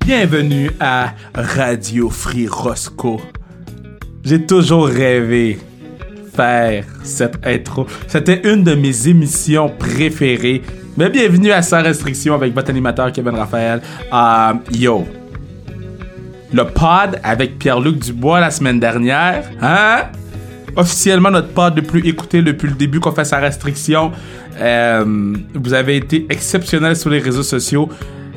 Bienvenue à Radio Free Roscoe. J'ai toujours rêvé faire cette intro. C'était une de mes émissions préférées. Mais bienvenue à Sans Restriction avec votre animateur Kevin Raphaël. Yo, le pod avec Pierre-Luc Dubois la semaine dernière, hein? Officiellement notre pod le plus écouté depuis le début qu'on fait Sans Restriction. Vous avez été exceptionnel sur les réseaux sociaux.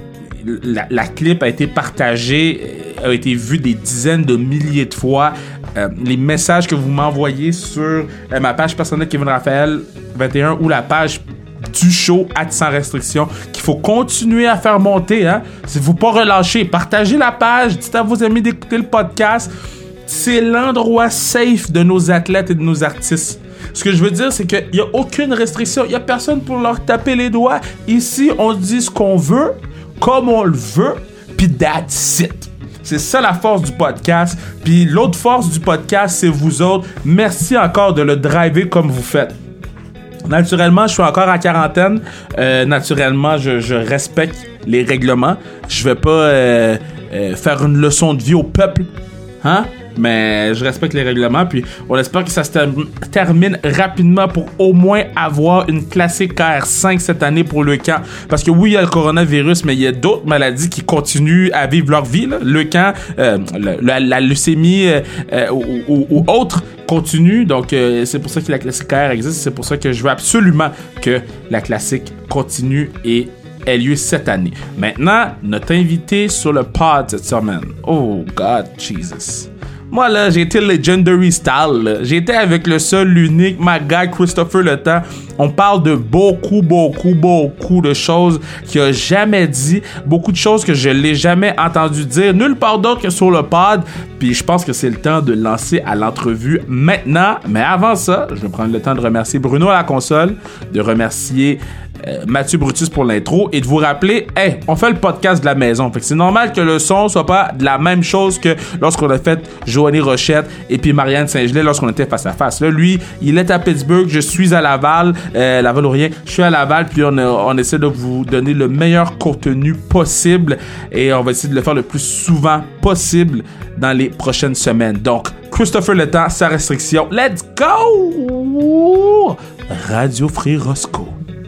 La clip a été partagée, a été vue des dizaines de milliers de fois. Les messages que vous m'envoyez sur ma page personnelle Kevin Raphaël 21 ou la page du show Sans Restriction qu'il faut continuer à faire monter, hein. Si vous pas relâcher, partagez la page, dites à vos amis d'écouter le podcast. C'est l'endroit safe de nos athlètes et de nos artistes. Ce que je veux dire, c'est qu'il n'y a aucune restriction. Il n'y a personne pour leur taper les doigts. Ici, on dit ce qu'on veut, comme on le veut, puis that's it. C'est ça la force du podcast. Puis l'autre force du podcast, c'est vous autres. Merci encore de le driver comme vous faites. Naturellement, je suis encore en quarantaine. Naturellement, je respecte les règlements. Je vais pas faire une leçon de vie au peuple, hein? Mais je respecte les règlements, puis on espère que ça se termine rapidement pour au moins avoir une classique KR5 cette année pour le camp. Parce que oui, il y a le coronavirus, mais il y a d'autres maladies qui continuent à vivre leur vie, là. Le camp, la leucémie ou autre continue. Donc, c'est pour ça que la classique KR existe. C'est pour ça que je veux absolument que la classique continue et ait lieu cette année. Maintenant, notre invité sur le pod cette semaine. Oh, God, Jesus. Moi, là, j'ai été Legendary Style, là. J'ai été avec le seul, l'unique, my guy, Christopher Le Temps. On parle de beaucoup de choses qu'il a jamais dit. Beaucoup de choses que je l'ai jamais entendu dire. Nulle part d'autre que sur le pod. Puis je pense que c'est le temps de lancer à l'entrevue maintenant. Mais avant ça, je vais prendre le temps de remercier Bruno à la console, de remercier Mathieu Brutus pour l'intro et de vous rappeler, hey, on fait le podcast de la maison. Fait que c'est normal que le son soit pas de la même chose que lorsqu'on a fait Joanie Rochette et puis Marianne Saint-Gelais lorsqu'on était face à face. Là, lui, il est à Pittsburgh, je suis à Laval, Laval-Orient, je suis à Laval, puis on essaie de vous donner le meilleur contenu possible et on va essayer de le faire le plus souvent possible dans les prochaines semaines. Donc, Christopher Le Temps, Sans Restriction, let's go! Radio Free Roscoe.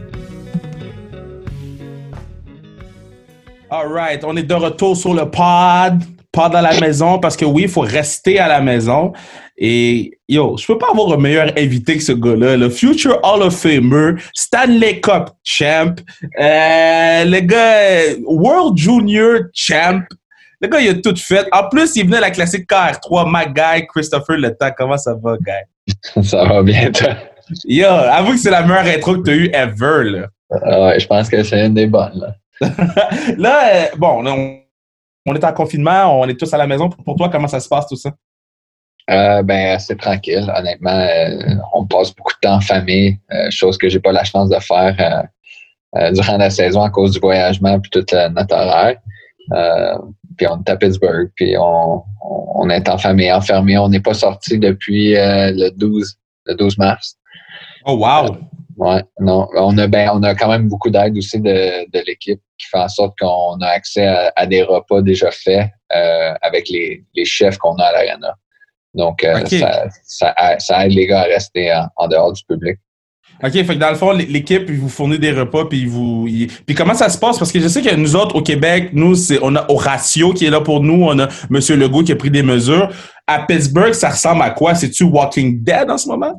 Alright, on est de retour sur le pod à la maison, parce que oui, il faut rester à la maison. Et yo, je peux pas avoir un meilleur invité que ce gars-là, le Future Hall of Famer, Stanley Cup Champ, le gars World Junior Champ. Le gars, il a tout fait. En plus, il venait à la classique KR3, my guy, Christopher Le Temps. Comment ça va, guy? Ça va bien, toi? Yo, avoue que c'est la meilleure intro que t'as eu ever, là. Ouais, je pense que c'est une des bonnes, là. Là, bon, on est en confinement, on est tous à la maison. Pour toi, comment ça se passe tout ça? Ben, assez tranquille, honnêtement. On passe beaucoup de temps en famille, chose que j'ai pas la chance de faire durant la saison à cause du voyagement puis toute notre horaire. Puis on est à Pittsburgh, puis on est en famille, enfermé. On n'est pas sorti depuis le 12 mars. Oh, wow! Ouais, non. On a quand même beaucoup d'aide aussi de l'équipe qui fait en sorte qu'on a accès à des repas déjà faits avec les chefs qu'on a à l'Arena. Donc, okay. ça aide les gars à rester en dehors du public. OK, fait que dans le fond, l'équipe, il vous fournit des repas, puis puis comment ça se passe? Parce que je sais que nous autres, au Québec, on a Horatio qui est là pour nous, on a M. Legault qui a pris des mesures. À Pittsburgh, ça ressemble à quoi? C'est-tu Walking Dead en ce moment?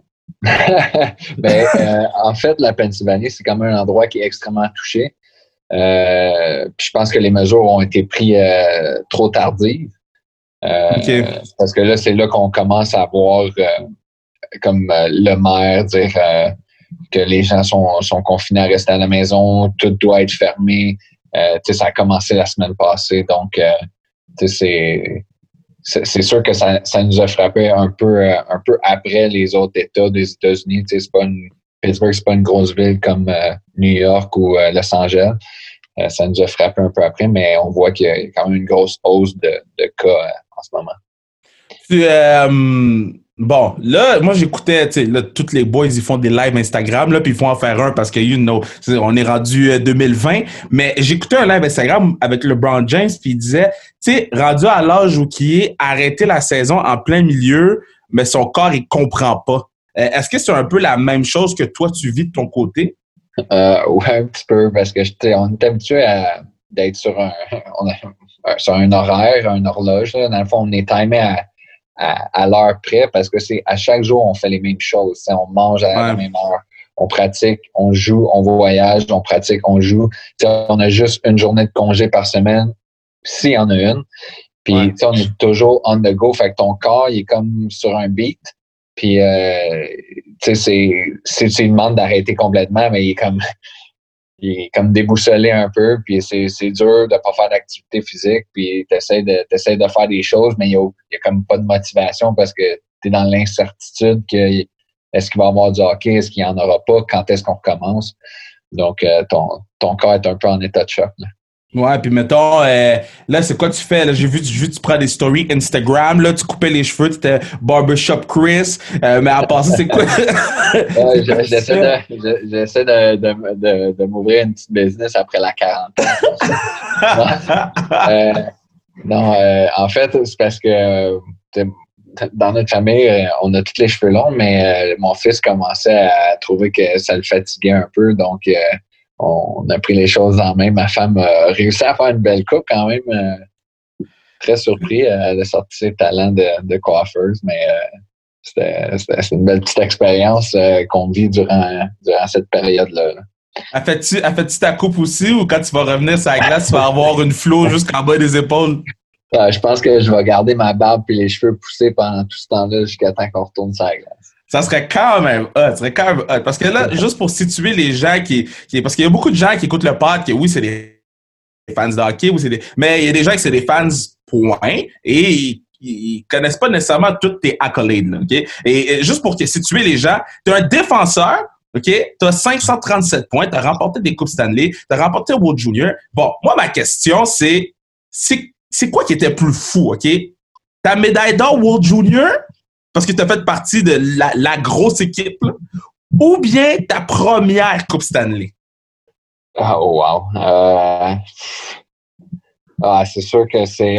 En fait, la Pennsylvanie, c'est quand même un endroit qui est extrêmement touché. Puis je pense que les mesures ont été prises trop tardives. Okay. Parce que là, c'est là qu'on commence à voir comme le maire dire que les gens sont confinés à rester à la maison, tout doit être fermé. Ça a commencé la semaine passée, donc c'est sûr que ça nous a frappé un peu après les autres États des États-Unis. Pittsburgh, c'est pas une grosse ville comme New York ou Los Angeles. Ça nous a frappé un peu après, mais on voit qu'il y a quand même une grosse hausse de cas en ce moment. Bon, là, moi, j'écoutais, tu sais, là, tous les boys, ils font des lives Instagram, là, puis ils font en faire un parce que, on est rendu 2020. Mais j'écoutais un live Instagram avec LeBron James, puis il disait, tu sais, rendu à l'âge où il est, arrêter la saison en plein milieu, mais son corps, il comprend pas. Est-ce que c'est un peu la même chose que toi, tu vis de ton côté? Ouais, un petit peu, parce que on est habitué d'être sur un horaire, une horloge. Là. Dans le fond, on est timé à l'heure près parce que c'est à chaque jour, on fait les mêmes choses. T'sais, on mange à la même heure, on pratique, on joue, on voyage, on pratique, on joue. T'sais, on a juste une journée de congé par semaine, s'il y en a une. Puis, on est toujours on the go. Fait que ton corps, il est comme sur un beat. Puis, tu sais, tu lui demandes d'arrêter complètement, mais il est comme déboussolé un peu. Puis, c'est dur de pas faire d'activité physique. Puis, t'essaies de faire des choses, mais il y a comme pas de motivation parce que t'es dans l'incertitude que est-ce qu'il va y avoir du hockey, est-ce qu'il y en aura pas, quand est-ce qu'on recommence. Donc, ton corps est un peu en état de choc, là. Ouais, puis mettons, là, c'est quoi tu fais? Là, j'ai vu tu prends des stories Instagram, là, tu coupais les cheveux, tu étais Barbershop Chris, mais à part ça, c'est quoi? J'essaie de m'ouvrir une petite business après la quarantaine. En fait, c'est parce que dans notre famille, on a tous les cheveux longs, mais mon fils commençait à trouver que ça le fatiguait un peu, donc on a pris les choses en main. Ma femme a réussi à faire une belle coupe quand même. Très surpris. Elle a sorti ses talents de coiffeuse, mais c'était une belle petite expérience qu'on vit durant cette période-là. Fait-tu ta coupe aussi ou quand tu vas revenir sur la glace, tu vas avoir une flow jusqu'en bas des épaules? Je pense que je vais garder ma barbe et les cheveux poussés pendant tout ce temps-là jusqu'à temps qu'on retourne sur la glace. Ça serait quand même hot. Parce que là, juste pour situer les gens parce qu'il y a beaucoup de gens qui écoutent le pod, que oui, c'est des fans de hockey, mais il y a des gens qui c'est des fans, point, et ils connaissent pas nécessairement toutes tes accolades, là, OK? Et juste pour situer les gens, t'es un défenseur, OK? T'as 537 points, t'as remporté des Coupes Stanley, t'as remporté le World Junior. Bon, moi, ma question, c'est quoi qui était plus fou, OK? Ta médaille d'or World Junior, parce que tu as fait partie de la grosse équipe, là, ou bien ta première Coupe Stanley? Oh, wow. C'est sûr que c'est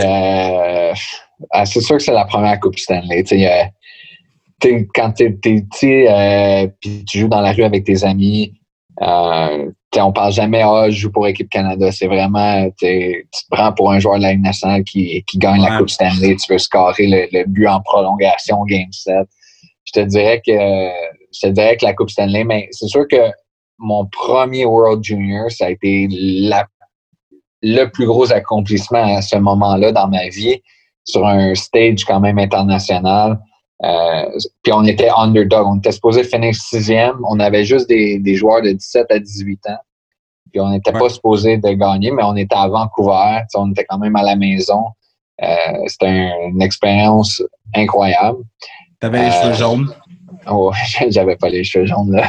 la première Coupe Stanley. Quand t'es petit puis tu joues dans la rue avec tes amis, on parle jamais je joue pour l'équipe Canada. C'est vraiment tu te prends pour un joueur de la Ligue nationale qui gagne la Coupe Stanley. Tu veux scorer le but en prolongation, Game 7. Je te dirais que la Coupe Stanley, mais c'est sûr que mon premier World Junior, ça a été le plus gros accomplissement à ce moment-là dans ma vie, sur un stage quand même international. Puis on était underdog. On était supposé finir 6e. On avait juste des joueurs de 17 à 18 ans. Puis on n'était pas supposé de gagner, mais on était à Vancouver. On était quand même à la maison. C'était une expérience incroyable. T'avais les cheveux jaunes? Oh, j'avais pas les cheveux jaunes, là.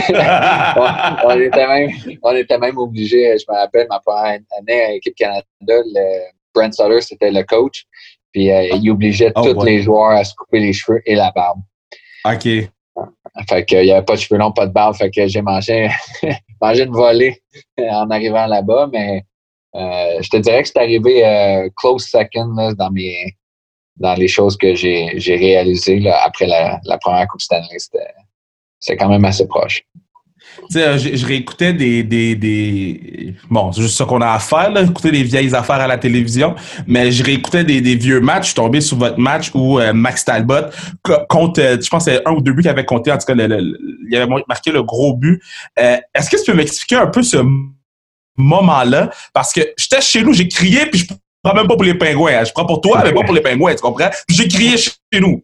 on était même obligés, je me rappelle, ma première année à l'équipe Canada, Brent Sutter, c'était le coach. Puis il obligeait tous les joueurs à se couper les cheveux et la barbe. OK. Fait qu'il n'y avait pas de cheveux longs, pas de barbe. Fait que j'ai mangé une volée en arrivant là-bas, mais je te dirais que c'est arrivé close second là, dans les choses que j'ai réalisées là, après la première Coupe Stanley. C'est quand même assez proche. Tu sais, je réécoutais bon, c'est juste ça qu'on a à faire, là, écouter des vieilles affaires à la télévision, mais je réécoutais des vieux matchs. Je suis tombé sur votre match où Max Talbot compte, je pense que c'est un ou deux buts qu'il avait compté, en tout cas, il avait marqué le gros but. Est-ce que tu peux m'expliquer un peu ce moment-là? Parce que j'étais chez nous, j'ai crié, puis je prends même pas pour les Pingouins. Hein. Je prends pour toi, mais pas pour les Pingouins, tu comprends? Puis j'ai crié chez nous.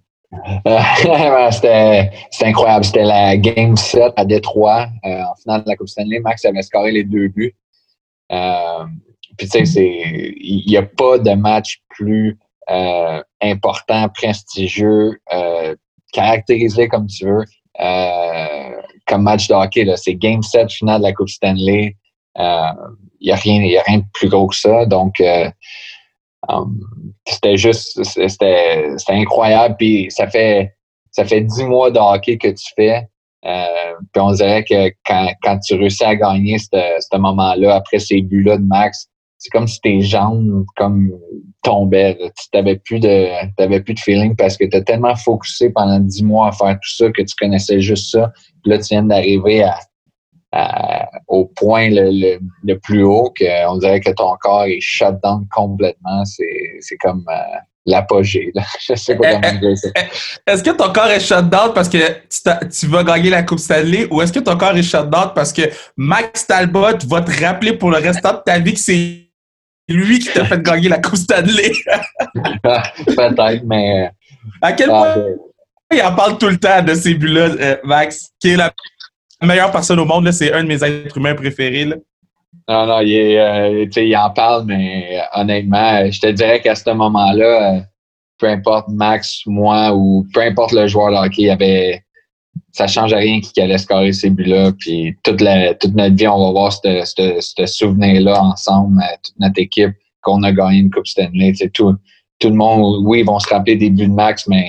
C'était incroyable. C'était la Game 7 à Détroit en finale de la Coupe Stanley. Max avait scoré les 2 buts. Puis tu sais, il n'y a pas de match plus important, prestigieux, caractérisé comme tu veux, comme match de hockey. Là. C'est Game 7 finale de la Coupe Stanley. Il y a rien de plus gros que ça. Donc C'était incroyable. Puis ça fait 10 mois de hockey que tu fais. Puis on dirait que quand tu réussis à gagner ce moment-là, après ces buts-là de Max, c'est comme si tes jambes tombaient. Tu n'avais plus de feeling parce que tu as tellement focusé pendant 10 mois à faire tout ça que tu connaissais juste ça. Puis là, tu viens d'arriver au point le plus haut qu'on dirait que ton corps est shut down complètement. C'est comme l'apogée. Là. Je sais pas comment dire ça. Est-ce que ton corps est shut down parce que tu vas gagner la Coupe Stanley ou est-ce que ton corps est shut down parce que Max Talbot va te rappeler pour le restant de ta vie que c'est lui qui t'a fait gagner la Coupe Stanley? Peut-être, mais... À quel point il en parle tout le temps de ces buts-là, Max, qui est la meilleure personne au monde, là, c'est un de mes êtres humains préférés. Là. Non, il en parle, mais honnêtement, je te dirais qu'à ce moment-là, peu importe Max, moi, ou peu importe le joueur de hockey, ça change rien qui allait scorer ces buts-là. Puis toute notre vie, on va voir ce souvenir-là ensemble, toute notre équipe, qu'on a gagné une Coupe Stanley. Tout le monde, oui, ils vont se rappeler des buts de Max, mais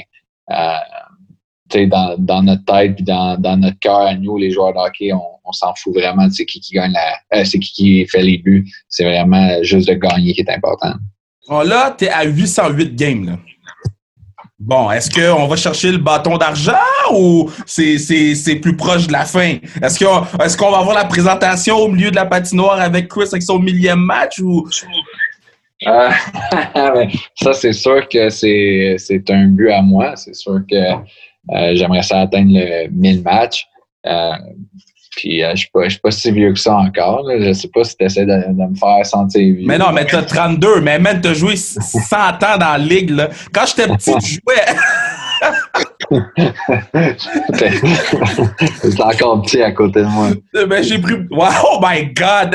dans notre tête puis dans notre cœur à nous, les joueurs de hockey, on s'en fout vraiment de c'est qui gagne c'est qui fait les buts. C'est vraiment juste de gagner qui est important. Bon, là, t'es à 808 games, là. Bon, est-ce qu'on va chercher le bâton d'argent ou c'est plus proche de la fin? Est-ce qu'on va avoir la présentation au milieu de la patinoire avec Chris avec son 1000e match ou... Ça, c'est sûr que c'est un but à moi. C'est sûr que j'aimerais ça atteindre le 1000 matchs. Puis je suis pas si vieux que ça encore. Là. Je sais pas si tu essaies de me faire sentir vieux. Mais non, mais t'as 32. Mais même t'as joué 100 ans dans la ligue. Là. Quand j'étais petit, tu jouais. C'est encore petit à côté de moi. Ben, j'ai pris... Oh my God!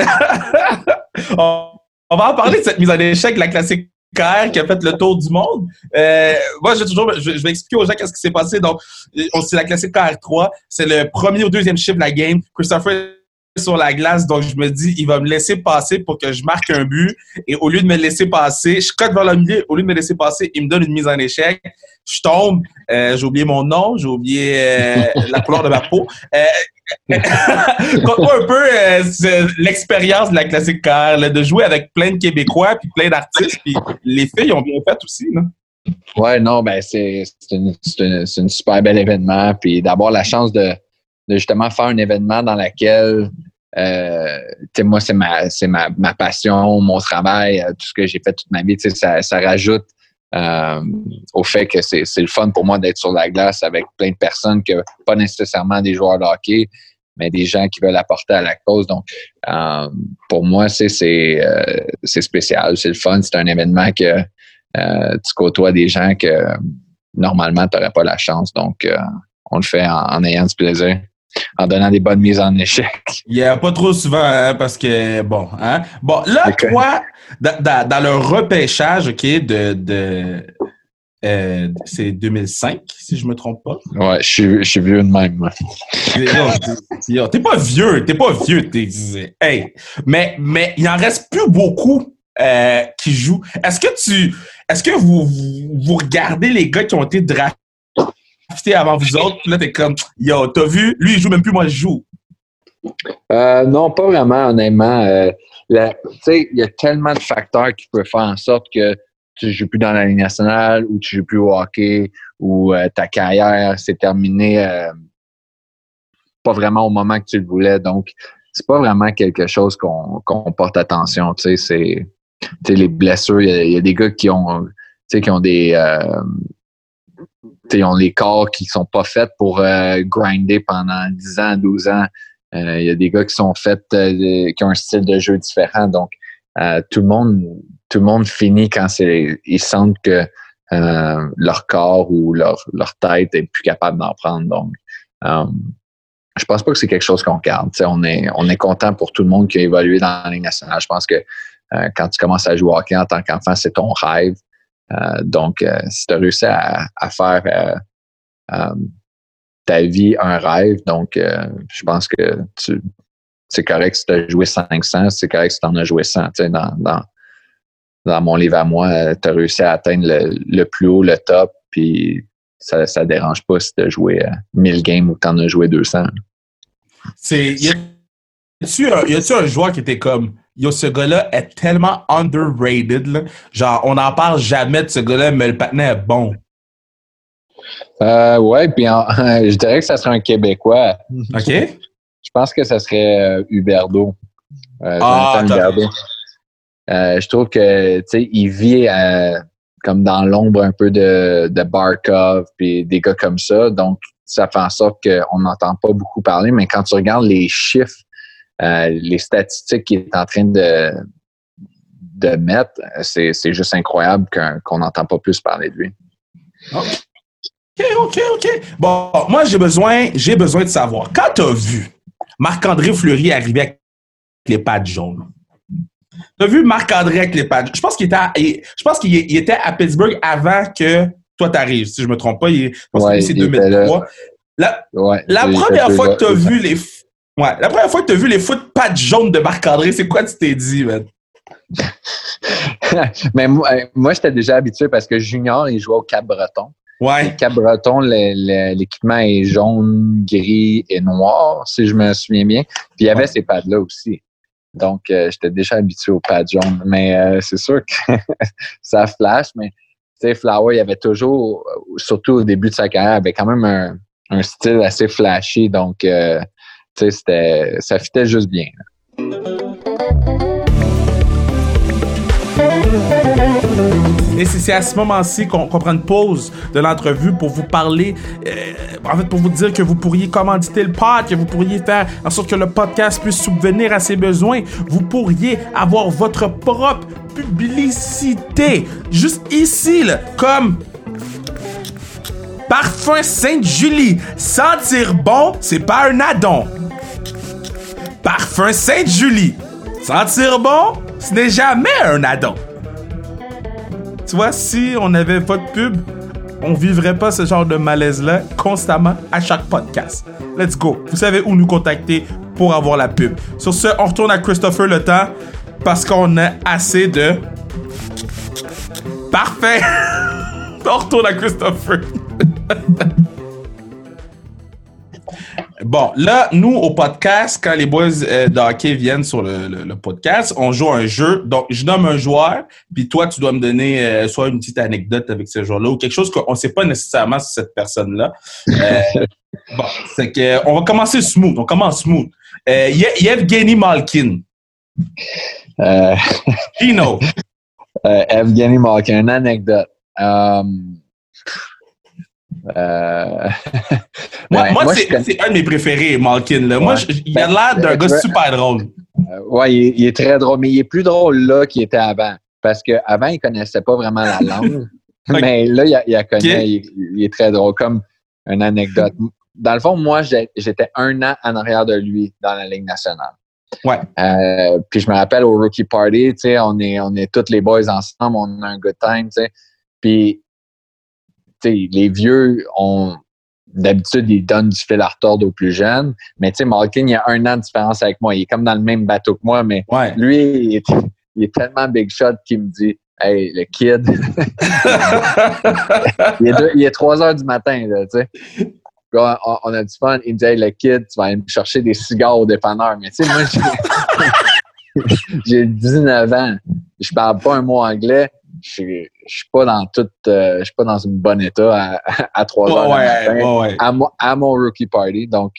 On va en parler de cette mise en échec, la classique KR qui a fait le tour du monde. Moi, je vais expliquer aux gens qu'est-ce qui s'est passé. Donc, c'est la classique KR3. C'est le premier ou deuxième chiffre de la game. Christopher est sur la glace, donc je me dis, il va me laisser passer pour que je marque un but. Et au lieu de me laisser passer, je cote vers le milieu. Au lieu de me laisser passer, il me donne une mise en échec. Je tombe. J'ai oublié mon nom. J'ai oublié la couleur de ma peau. Conte-moi un peu l'expérience de la classique KR, là, de jouer avec plein de Québécois puis plein d'artistes. Puis les filles ont bien fait aussi, là. Ouais, non, ben c'est une super bel événement. Puis d'avoir la chance de justement faire un événement dans lequel moi, c'est ma passion, mon travail, tout ce que j'ai fait toute ma vie. Ça rajoute au fait que c'est le fun pour moi d'être sur la glace avec plein de personnes, que pas nécessairement des joueurs de hockey, mais des gens qui veulent apporter à la cause. Donc, pour moi, c'est spécial, c'est le fun. C'est un événement que tu côtoies des gens que normalement, tu n'aurais pas la chance. Donc, on le fait en ayant du plaisir, en donnant des bonnes mises en échec. Il n'y a pas trop souvent, hein, parce que, bon, hein. Bon, là, okay. Toi, dans le repêchage, OK, c'est 2005, si je me trompe pas. Ouais, je suis vieux de même, moi. T'es pas vieux. Hey, mais il en reste plus beaucoup qui jouent. Est-ce que vous regardez les gars qui ont été draftés avant vous autres, puis là, t'es comme, yo, t'as vu, lui, il joue même plus, moi, je joue. Non, pas vraiment, honnêtement. Tu sais, il y a tellement de facteurs qui peuvent faire en sorte que tu ne joues plus dans la Ligue nationale ou tu ne joues plus au hockey ou ta carrière s'est terminée pas vraiment au moment que tu le voulais. Donc, c'est pas vraiment quelque chose qu'on porte attention. Tu sais, les blessures, il y a des gars qui ont des... ils ont les corps qui sont pas faits pour grinder pendant 10 ans, 12 ans. Il y a des gars qui sont faits, qui ont un style de jeu différent. Donc, tout le monde finit quand ils sentent que leur corps ou leur tête est plus capable d'en prendre. Donc, je pense pas que c'est quelque chose qu'on regarde. On est content pour tout le monde qui a évolué dans la Ligue nationale. Je pense que quand tu commences à jouer au hockey en tant qu'enfant, c'est ton rêve. Donc, si tu as réussi à faire ta vie un rêve, donc je pense que c'est correct si tu as joué 500, c'est correct si tu en as joué 100. dans mon livre à moi, tu as réussi à atteindre le plus haut, le top, puis ça dérange pas si tu as joué 1000 games ou que tu en as joué 200. Y a-tu un joueur qui était comme, yo, ce gars-là est tellement underrated, là. Genre, on n'en parle jamais de ce gars-là, mais le patinet est bon. Ouais, puis je dirais que ça serait un Québécois. OK. Je pense que ça serait Huberdeau. Jonathan Huberdeau. Je trouve que, tu sais, il vit comme dans l'ombre un peu de Barkov puis des gars comme ça. Donc, ça fait en sorte qu'on n'entend pas beaucoup parler. Mais quand tu regardes les chiffres, les statistiques qu'il est en train de mettre, c'est juste incroyable qu'on n'entend pas plus parler de lui. OK. Bon, moi, j'ai besoin de savoir. Quand tu as vu Marc-André Fleury arriver avec les pads jaunes, tu as vu Marc-André avec les pads. Je pense qu'il était à Pittsburgh avant que toi t'arrives, si je me trompe pas. Je pense que c'est 2003. La première fois que tu as vu les foot pads jaunes de Marc-André, c'est quoi tu t'es dit, man? Mais moi, j'étais déjà habitué parce que Junior, il jouait au Cap-Breton. Ouais. Le Cap-Breton, l'équipement est jaune, gris et noir, si je me souviens bien. Puis il y avait ces pads-là aussi. Donc, j'étais déjà habitué aux pads jaunes. Mais c'est sûr que ça flash. Mais tu sais, Flower, il avait toujours, surtout au début de sa carrière, avait quand même un style assez flashy. Donc, tu sais, ça fitait juste bien. Et c'est à ce moment-ci qu'on prend une pause de l'entrevue pour vous parler, pour vous dire que vous pourriez commanditer le pod, que vous pourriez faire en sorte que le podcast puisse subvenir à ses besoins. Vous pourriez avoir votre propre publicité, juste ici, là, comme Parfum Sainte-Julie. Sentir bon, c'est pas un addon. Parfum Sainte-Julie. Sentir bon, ce n'est jamais un addon. Tu vois, si on n'avait pas de pub, on vivrait pas ce genre de malaise-là constamment à chaque podcast. Let's go. Vous savez où nous contacter pour avoir la pub. Sur ce, on retourne à Christopher le temps parce qu'on a assez de... Parfait. On retourne à Christopher. Bon, là, nous, au podcast, quand les boys de hockey viennent sur le podcast, on joue un jeu. Donc, je nomme un joueur, puis toi, tu dois me donner soit une petite anecdote avec ce joueur-là ou quelque chose qu'on ne sait pas nécessairement sur cette personne-là. Bon, c'est que on va commencer smooth. On commence smooth. Yevgeny Malkin. Gino. Evgeny Malkin, une anecdote. Moi, c'est un de mes préférés, Malkin. Là. Ouais. Moi, il a l'air d'un gars super drôle. Ouais, il est très drôle, mais il est plus drôle là qu'il était avant. Parce qu'avant, il connaissait pas vraiment la langue. Okay. Mais là, il la connaît. Okay. Il est très drôle. Comme une anecdote. Dans le fond, moi, j'étais 1 an en arrière de lui dans la Ligue nationale. Ouais. Puis je me rappelle au Rookie Party, tu sais, on est tous les boys ensemble, on a un good time, tu sais. Puis t'sais, les vieux d'habitude, ils donnent du fil à retordre aux plus jeunes. Mais tu sais, Malkin, il y a 1 an de différence avec moi. Il est comme dans le même bateau que moi, mais lui, il est tellement big shot qu'il me dit « Hey, le kid! » il est 3 heures du matin, là, tu sais. On a du fun. Il me dit « Hey, le kid, tu vas aller me chercher des cigares au dépanneur. » Mais tu sais, moi, j'ai 19 ans. Je parle pas un mot anglais. Je suis pas dans je suis pas dans un bon état à 3 heures du matin, à mon rookie party. Donc,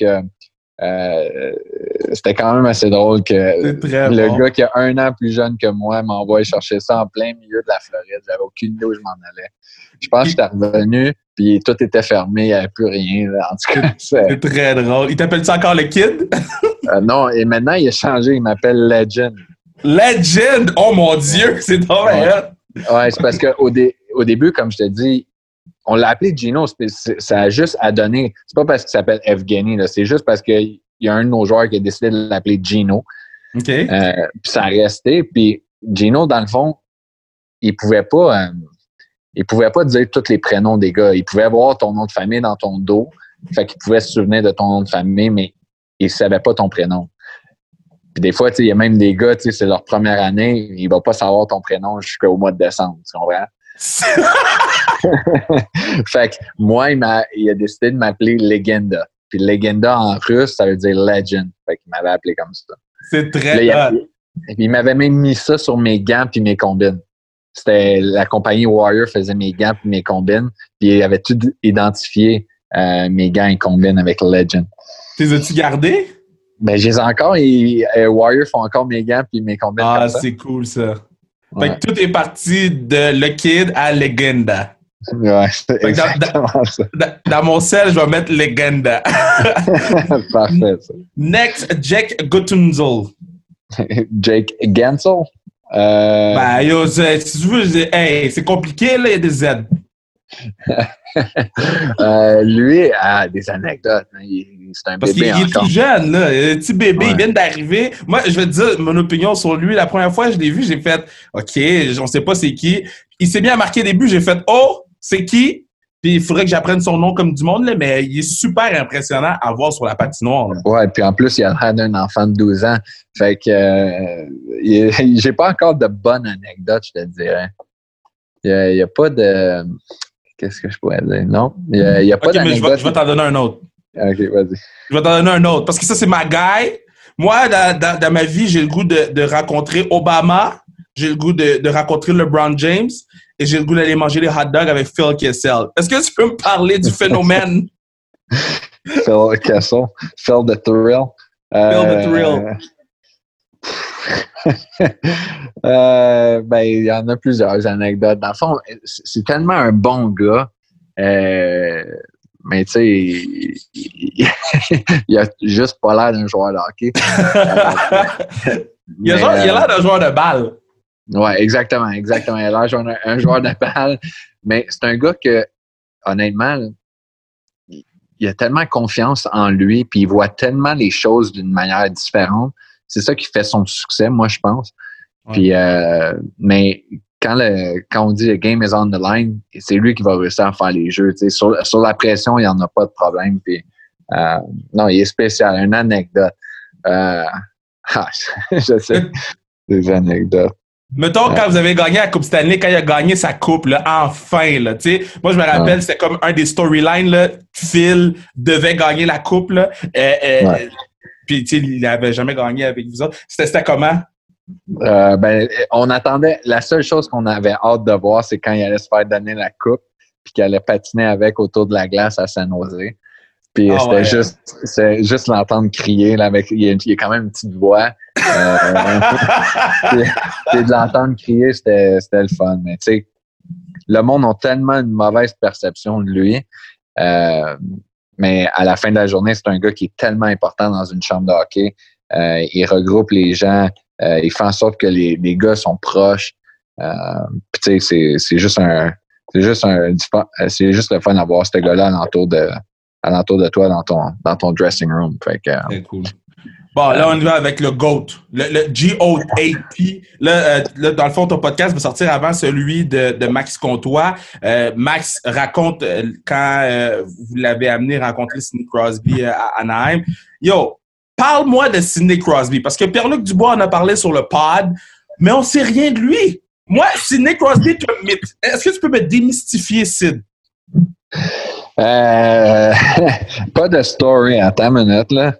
c'était quand même assez drôle que le gars qui a 1 an plus jeune que moi m'envoie chercher ça en plein milieu de la Floride. J'avais aucune idée où je m'en allais. Je pense que j'étais revenu, puis tout était fermé, il n'y avait plus rien. Là. En tout cas, c'est très drôle. Il t'appelle-tu encore le kid? Non, et maintenant, il a changé. Il m'appelle Legend. Legend? Oh mon Dieu, c'est drôle. Ouais, c'est parce qu'au début, comme je te dis, on l'a appelé Gino, ça a juste à donner. C'est pas parce qu'il s'appelle Evgeny, là, c'est juste parce qu'il y a un de nos joueurs qui a décidé de l'appeler Gino. OK. Puis ça a resté. Puis Gino, dans le fond, il pouvait pas dire tous les prénoms des gars. Il pouvait avoir ton nom de famille dans ton dos. Fait qu'il pouvait se souvenir de ton nom de famille, mais il savait pas ton prénom. Puis des fois, il y a même des gars, c'est leur première année, il va pas savoir ton prénom jusqu'au mois de décembre, tu comprends? Fait que moi, il a décidé de m'appeler Legenda. Puis Legenda en russe, ça veut dire legend. Fait qu'il m'avait appelé comme ça. C'est très hot. Il m'avait même mis ça sur mes gants puis mes combines. C'était la compagnie Warrior faisait mes gants puis mes combines. Puis il avait tout identifié mes gants et combines avec Legend. T'es as-tu gardé? Ben, je les ai encore et Warrior font encore mes gants puis mes combines. Ah, c'est cool ça. Ouais. Fait que tout est parti de Le Kid à Legenda. Ouais, c'est exactement ça. Dans mon sel, je vais mettre Legenda. Parfait, ça. Next, Jake Guttunzel. Jake Gensel? Ben, yo, si tu veux, c'est compliqué, là, il y a des Z. Lui a des anecdotes. Hein. C'est un Parce bébé qu'il est tout jeune, là. Un petit bébé, il vient d'arriver. Moi, je vais te dire mon opinion sur lui. La première fois que je l'ai vu, j'ai fait OK, on sait pas c'est qui. Il s'est mis à marquer des buts, j'ai fait Oh, c'est qui? Puis il faudrait que j'apprenne son nom comme du monde, là, mais il est super impressionnant à voir sur la patinoire. Là. Ouais, puis en plus, il a l'air d'un enfant de 12 ans. Fait que j'ai pas encore de bonnes anecdotes, je te dirais. Il y a pas de... Qu'est-ce que je pourrais dire? Non, il y a pas d'anecdote. Je vais t'en donner un autre. OK, vas-y. Je vais t'en donner un autre. Parce que ça, c'est ma guy. Moi, dans ma vie, j'ai le goût de rencontrer Obama. J'ai le goût de rencontrer LeBron James. Et j'ai le goût d'aller manger des hot dogs avec Phil Kessel. Est-ce que tu peux me parler du phénomène? Phil Kessel. Phil the Thrill. Phil the Thrill. Ben, il y en a plusieurs anecdotes. Dans le fond, c'est tellement un bon gars. Mais tu sais, il a juste pas l'air d'un joueur de hockey. Il a l'air d'un joueur de balle. Ouais, exactement. Il a l'air d'un joueur de balle. Mais c'est un gars que, honnêtement, là, il a tellement confiance en lui, puis il voit tellement les choses d'une manière différente. C'est ça qui fait son succès, moi, je pense. Ouais. Puis, mais quand on dit « le game is on the line », c'est lui qui va réussir à faire les jeux. Sur la pression, il n'y en a pas de problème. Puis, non, il est spécial. Une anecdote. Je sais, des anecdotes. Mettons, quand vous avez gagné la Coupe Stanley, quand il a gagné sa coupe, là, enfin, là, tu sais. Moi, je me rappelle, c'était comme un des storylines, là. Phil devait gagner la coupe, là. Puis, tu sais, il n'avait jamais gagné avec vous autres. C'était comment? Ben, on attendait. La seule chose qu'on avait hâte de voir, c'est quand il allait se faire donner la coupe, puis qu'il allait patiner avec autour de la glace à San Jose. Puis c'était juste l'entendre crier, là, avec, il y a quand même une petite voix. Puis de l'entendre crier, c'était le fun. Mais tu sais, le monde a tellement une mauvaise perception de lui. Mais à la fin de la journée, c'est un gars qui est tellement important dans une chambre de hockey. Il regroupe les gens. Il fait en sorte que les gars sont proches. Puis tu sais, c'est juste le fun d'avoir ce gars-là alentour de toi dans ton dressing room. Fait que, c'est cool. Bon, là, on y va avec le GOAT. Le G-O-A-T. Là, dans le fond, ton podcast va sortir avant celui de Max Comtois. Max raconte quand vous l'avez amené rencontrer Sidney Crosby à Anaheim. Yo, parle-moi de Sidney Crosby. Parce que Pierre-Luc Dubois en a parlé sur le pod, mais on sait rien de lui. Moi, Sidney Crosby est un mythe. Est-ce que tu peux me démystifier, Sid? Pas de story. Attends une minute, là.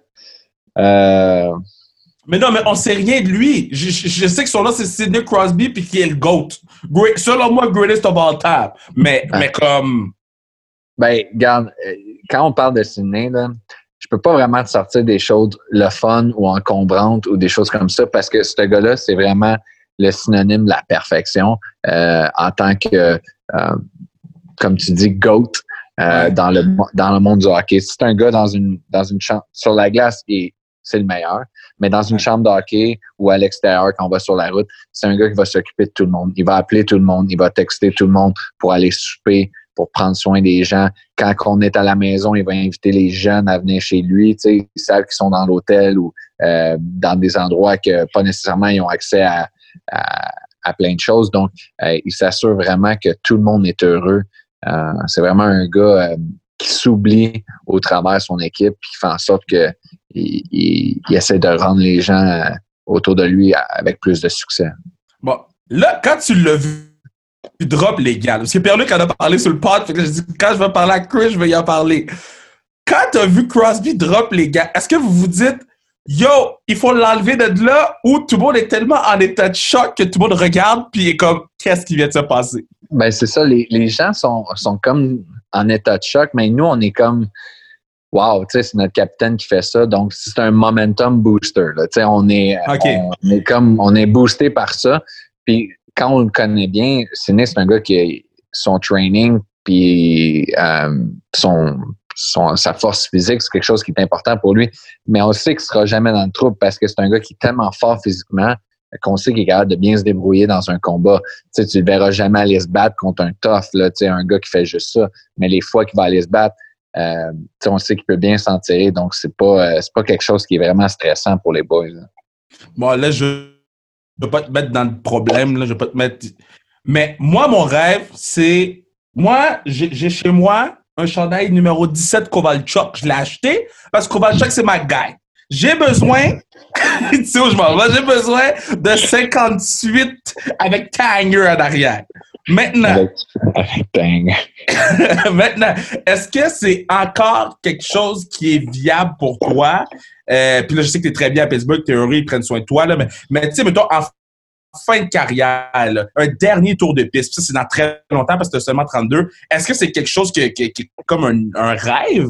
Mais non, mais on sait rien de lui. Je sais que son nom, c'est Sidney Crosby puis qui est le GOAT. Selon moi, greatest of all time. Mais comme... Ben, regarde, quand on parle de Sidney, là, je peux pas vraiment te sortir des choses le fun ou encombrantes ou des choses comme ça parce que ce gars-là, c'est vraiment le synonyme de la perfection en tant que, comme tu dis, GOAT. Dans le monde du hockey. Si c'est un gars dans une chambre sur la glace, c'est le meilleur. Mais dans une chambre de hockey ou à l'extérieur, quand on va sur la route, c'est un gars qui va s'occuper de tout le monde. Il va appeler tout le monde, il va texter tout le monde pour aller souper, pour prendre soin des gens. Quand on est à la maison, il va inviter les jeunes à venir chez lui. Tu sais, ils savent qu'ils sont dans l'hôtel ou dans des endroits que pas nécessairement ils ont accès à plein de choses. Donc, il s'assure vraiment que tout le monde est heureux. C'est vraiment un gars qui s'oublie au travers de son équipe et qui fait en sorte qu'il essaie de rendre les gens autour de lui avec plus de succès. Bon, là, quand tu l'as vu drop légal, parce que Pierre-Luc en a parlé sur le pod, fait que je dis, quand je vais parler à Chris, je vais y en parler. Quand tu as vu Crosby drop légal, est-ce que vous vous dites, yo, il faut l'enlever de là, ou tout le monde est tellement en état de choc que tout le monde regarde puis est comme, qu'est-ce qui vient de se passer? Ben, c'est ça, les gens sont comme en état de choc, mais nous, on est comme, wow, tu sais, c'est notre capitaine qui fait ça, donc c'est un momentum booster, là, tu sais, on est boosté par ça, puis quand on le connaît bien, Sidney, c'est un gars qui son training puis sa force physique, c'est quelque chose qui est important pour lui. Mais on sait qu'il ne sera jamais dans le trouble parce que c'est un gars qui est tellement fort physiquement qu'on sait qu'il est capable de bien se débrouiller dans un combat. Tu sais, tu ne le verras jamais aller se battre contre un tough, là, tu sais, un gars qui fait juste ça. Mais les fois qu'il va aller se battre, on sait qu'il peut bien s'en tirer. Donc, c'est pas quelque chose qui est vraiment stressant pour les boys. Là. Bon, là, je ne vais pas te mettre dans le problème. Là, je vais pas te mettre... Mais moi, mon rêve, c'est... Moi, j'ai chez moi un chandail numéro 17 Kovalchuk. Je l'ai acheté parce que Kovalchuk, c'est ma guy. J'ai besoin... tu sais où je m'en vais? J'ai besoin de 58 avec Tanger en arrière. Maintenant... Avec Tanger. Maintenant, est-ce que c'est encore quelque chose qui est viable pour toi? Puis là, je sais que tu es très bien à Pittsburgh, t'es heureux, ils prennent soin de toi, là, mais tu sais, mettons, en fin de carrière, là, un dernier tour de piste, ça, c'est dans très longtemps parce que tu as seulement 32. Est-ce que c'est quelque chose qui est comme un rêve?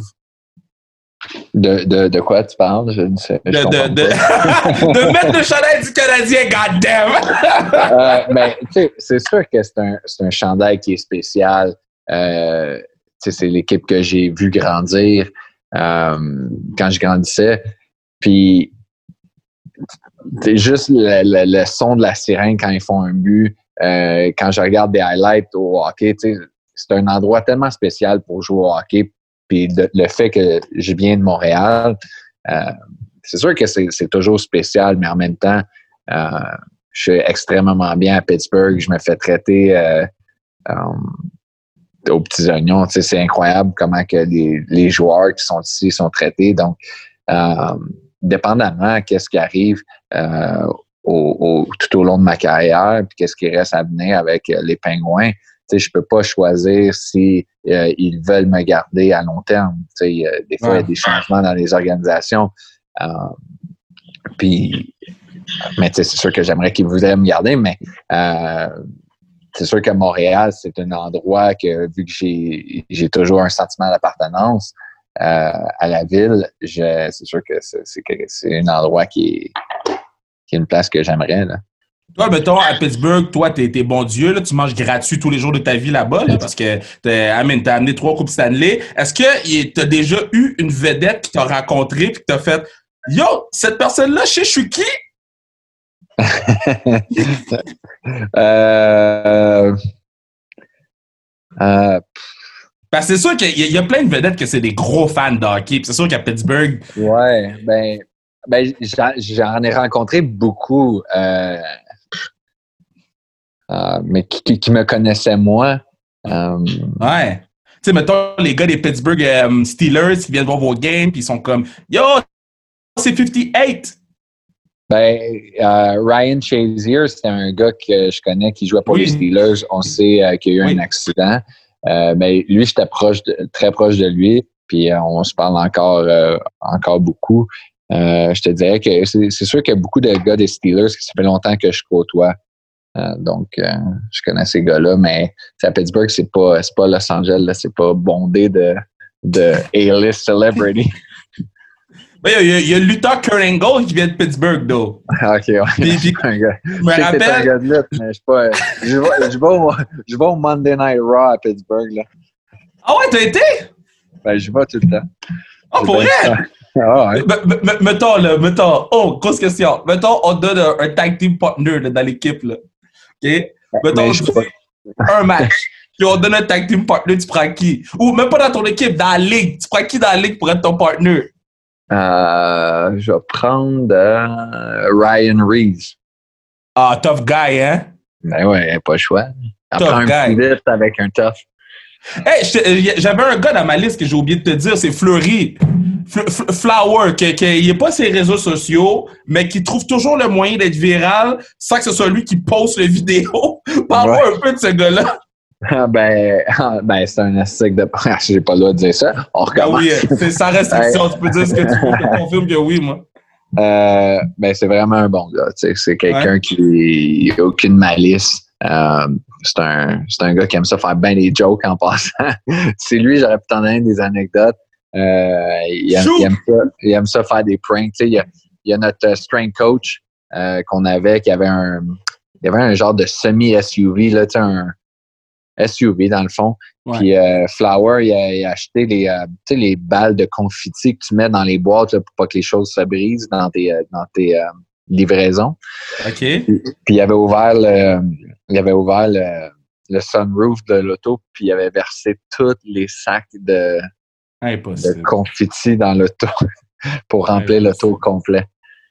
De quoi tu parles? Je ne sais. De mettre le chandail du Canadien, goddamn! Ben, tu sais, c'est sûr que c'est un chandail qui est spécial. Tu sais, c'est l'équipe que j'ai vu grandir quand je grandissais. Puis, c'est juste le son de la sirène quand ils font un but. Quand je regarde des highlights au hockey, tu sais, c'est un endroit tellement spécial pour jouer au hockey. Puis le fait que je viens de Montréal, c'est sûr que c'est toujours spécial, mais en même temps, je suis extrêmement bien à Pittsburgh. Je me fais traiter aux petits oignons. Tu sais, c'est incroyable comment que les joueurs qui sont ici sont traités. Donc, dépendamment qu'est-ce qui arrive tout au long de ma carrière, puis qu'est-ce qui reste à venir avec les Pingouins, tu sais, je peux pas choisir si ils veulent me garder à long terme. Tu sais, des fois, il y a des changements dans les organisations. Puis, mais tu sais, c'est sûr que j'aimerais qu'ils voudraient me garder, mais c'est sûr que Montréal, c'est un endroit que, vu que j'ai toujours un sentiment d'appartenance à la ville, c'est sûr que c'est un endroit qui est une place que j'aimerais, là. Toi, mettons, à Pittsburgh, toi, t'es bon Dieu, là, tu manges gratuit tous les jours de ta vie là-bas, là, parce que t'as amené 3 Coupes Stanley. Est-ce que t'as déjà eu une vedette qui t'a rencontré puis que t'as fait « Yo, cette personne-là, je suis qui? » Parce que c'est sûr qu'il y a plein de vedettes que c'est des gros fans de hockey. Puis c'est sûr qu'à Pittsburgh... Ouais, ben j'en ai rencontré beaucoup, mais qui me connaissaient moi. Ouais. Tu sais, mettons, les gars des Pittsburgh Steelers qui viennent voir vos games, puis ils sont comme « Yo, c'est 58! » Ben, Ryan Shazier, c'était un gars que je connais qui jouait pour les Steelers. On sait qu'il y a eu un accident. Mais lui, j'étais très proche de lui, puis on se parle encore beaucoup. Je te dirais que c'est sûr qu'il y a beaucoup de gars des Steelers que ça fait longtemps que je côtoie. Donc, je connais ces gars-là, mais à Pittsburgh, c'est pas Los Angeles, là, c'est pas bondé de A-list celebrity. Il y a Luther Kurt qui vient de Pittsburgh, though. OK, ouais. Puis, je me rappelle. C'est un gars de lutte, mais je vais au Monday Night Raw à Pittsburgh, là. Ah ouais, t'as été? Ben, je vais tout le temps. Ah, pour vrai? Ah ouais. Mettons, grosse question. Mettons, on donne un tag team partner là, dans l'équipe, là. OK? Mettons, un match. Puis on donne un tag team partner, tu prends qui? Ou même pas dans ton équipe, dans la ligue. Tu prends qui dans la ligue pour être ton partner? Je vais prendre Ryan Reeves. Ah, tough guy, hein? Ben ouais, pas le choix. Tough un guy. petit vite avec un tough. Hey, j'avais un gars dans ma liste que j'ai oublié de te dire, c'est Fleury. Flower, qui n'est pas sur les réseaux sociaux, mais qui trouve toujours le moyen d'être viral sans que ce soit lui qui poste les vidéos. Parle-moi un peu de ce gars-là. C'est un astic de... J'ai pas le droit de dire ça. On recommence. Oui, c'est sans restriction. Tu peux dire ce que tu veux. Je te confirme que oui, moi. C'est vraiment un bon gars. C'est quelqu'un qui n'a aucune malice. C'est un gars qui aime ça faire bien des jokes en passant. C'est lui, j'aurais pu t'en donner des anecdotes. Il aime ça faire des pranks. Il y a notre strength coach qu'on avait, qui avait un genre de semi-SUV, là, un SUV dans le fond. Ouais. Puis Flower, il a acheté les balles de confetti que tu mets dans les boîtes là, pour pas que les choses se brisent dans tes livraisons. OK. Puis il avait ouvert le sunroof de l'auto, puis il avait versé tous les sacs de confetti dans l'auto pour remplir l'auto complet.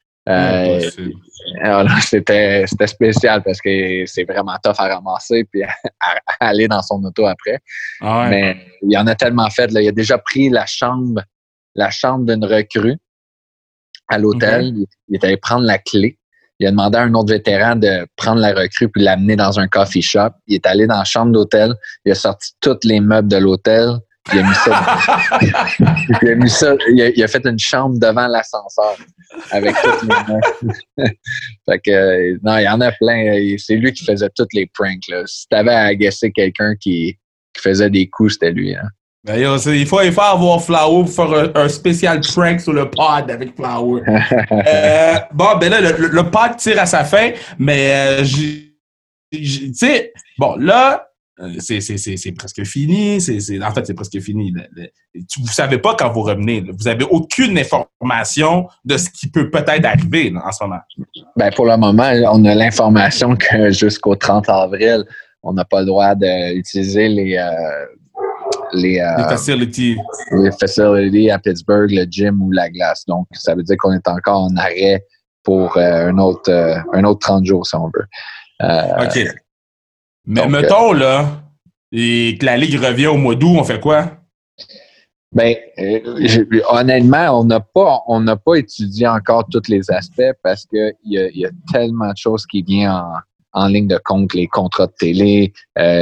Alors, c'était spécial parce que c'est vraiment tough à ramasser puis à aller dans son auto après. Ouais. Mais il en a tellement fait. Là, il a déjà pris la chambre d'une recrue à l'hôtel. Okay. Il est allé prendre la clé. Il a demandé à un autre vétéran de prendre la recrue puis l'amener dans un coffee shop. Il est allé dans la chambre d'hôtel. Il a sorti tous les meubles de l'hôtel. Il a mis ça. Il a fait une chambre devant l'ascenseur avec toutes les meubles. Fait que, non, il y en a plein. C'est lui qui faisait toutes les pranks, là. Si t'avais à guesser quelqu'un qui faisait des coups, c'était lui, hein. Ben, il faut avoir Flower pour faire un spécial prank sur le pod avec Flower. Bon, ben là, le pod tire à sa fin, mais tu sais, bon, là, c'est presque fini. En fait, c'est presque fini. Vous savez pas quand vous revenez. Là. Vous avez aucune information de ce qui peut peut-être arriver là, en ce moment. Ben, pour le moment, on a l'information que jusqu'au 30 avril, on n'a pas le droit d'utiliser les facilities. Les facilities à Pittsburgh, le gym ou la glace. Donc, ça veut dire qu'on est encore en arrêt pour un autre 30 jours, si on veut. OK. Mais donc, mettons, là, et que la Ligue revient au mois d'août, on fait quoi? Ben, honnêtement, on n'a pas étudié encore tous les aspects parce que il y a tellement de choses qui viennent en ligne de compte, les contrats de télé,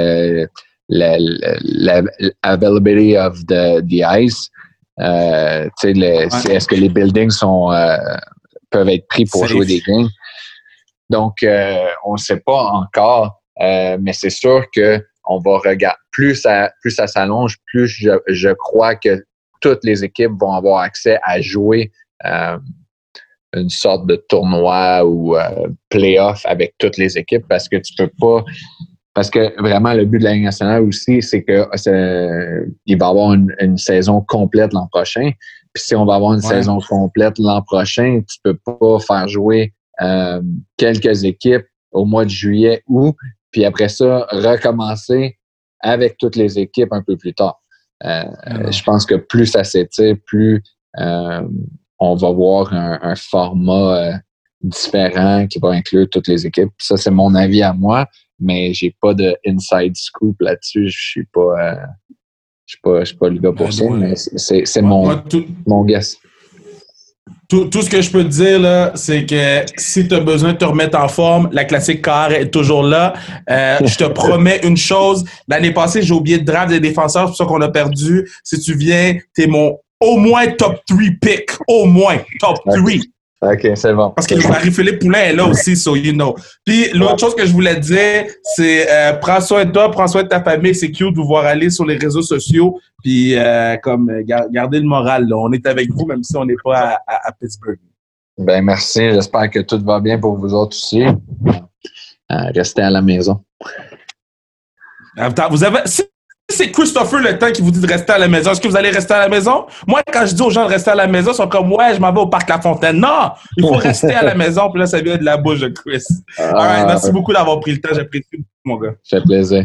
l'availability of the ice. Est-ce que les buildings peuvent être pris pour jouer des games? Donc, on ne sait pas encore. Mais c'est sûr que on va regarder plus ça s'allonge, plus je crois que toutes les équipes vont avoir accès à jouer une sorte de tournoi ou play-off avec toutes les équipes parce que tu peux pas. Parce que vraiment le but de la Ligue nationale aussi, c'est que il va y avoir une saison complète l'an prochain. Puis si on va avoir une saison complète l'an prochain, tu peux pas faire jouer quelques équipes au mois de juillet ou puis après ça, recommencer avec toutes les équipes un peu plus tard. Je pense que plus ça s'étire, plus on va voir un format différent qui va inclure toutes les équipes. Ça, c'est mon avis à moi, mais j'ai pas de inside scoop là-dessus. Je suis pas le gars pour ça, mais c'est mon guess. Tout ce que je peux te dire, là, c'est que si tu as besoin de te remettre en forme, la classique car est toujours là. Je te promets une chose. L'année passée, j'ai oublié de draft des défenseurs, c'est pour ça qu'on a perdu. Si tu viens, t'es mon au moins top 3 pick. Au moins top 3. OK, c'est bon. Parce que Marie-Philippe Poulin est là aussi, so you know. Puis l'autre chose que je voulais te dire, c'est prends soin de toi, prends soin de ta famille. C'est cute de vous voir aller sur les réseaux sociaux. Puis gardez le moral. Là. On est avec vous, même si on n'est pas à Pittsburgh. Ben merci. J'espère que tout va bien pour vous autres aussi. Restez à la maison. Vous avez... C'est Christopher Le Temps qui vous dit de rester à la maison. Est-ce que vous allez rester à la maison? Moi, quand je dis aux gens de rester à la maison, ils sont comme, ouais, je m'en vais au Parc La Fontaine. Non! Il faut rester à la maison. Puis là, ça vient de la bouche de Chris. All right, merci beaucoup d'avoir pris le temps. J'apprécie, mon gars. Ça fait plaisir.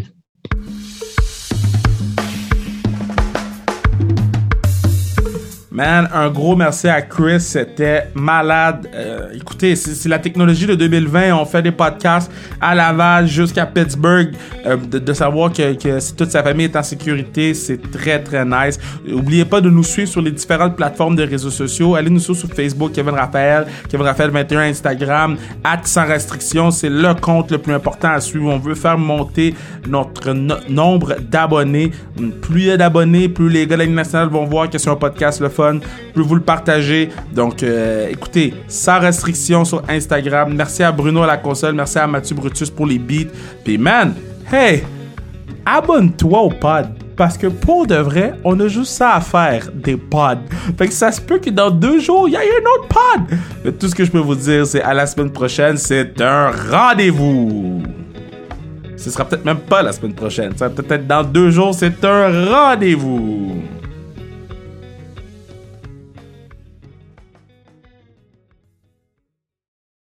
Man, un gros merci à Chris, c'était malade. Écoutez, c'est la technologie de 2020. On fait des podcasts à Laval jusqu'à Pittsburgh. De savoir que toute sa famille est en sécurité, c'est très, très nice. N'oubliez pas de nous suivre sur les différentes plateformes de réseaux sociaux. Allez nous suivre sur Facebook, Kevin Raphaël 21, Instagram, @sans-restriction. C'est le compte le plus important à suivre. On veut faire monter notre nombre d'abonnés. Plus il y a d'abonnés, plus les gars de la Ligue nationale vont voir que c'est un podcast le fun, plus vous le partagez. Donc, écoutez, sans restriction sur Instagram. Merci à Bruno à la console. Merci à Mathieu Brutus pour les beats. Puis, man, hey, abonne-toi au pod. Parce que pour de vrai, on a juste ça à faire, des pods. Fait que ça se peut que dans 2 jours, il y ait un autre pod. Mais tout ce que je peux vous dire, c'est à la semaine prochaine. C'est un rendez-vous. Ce sera peut-être même pas la semaine prochaine. Ça va peut-être dans 2 jours. C'est un rendez-vous.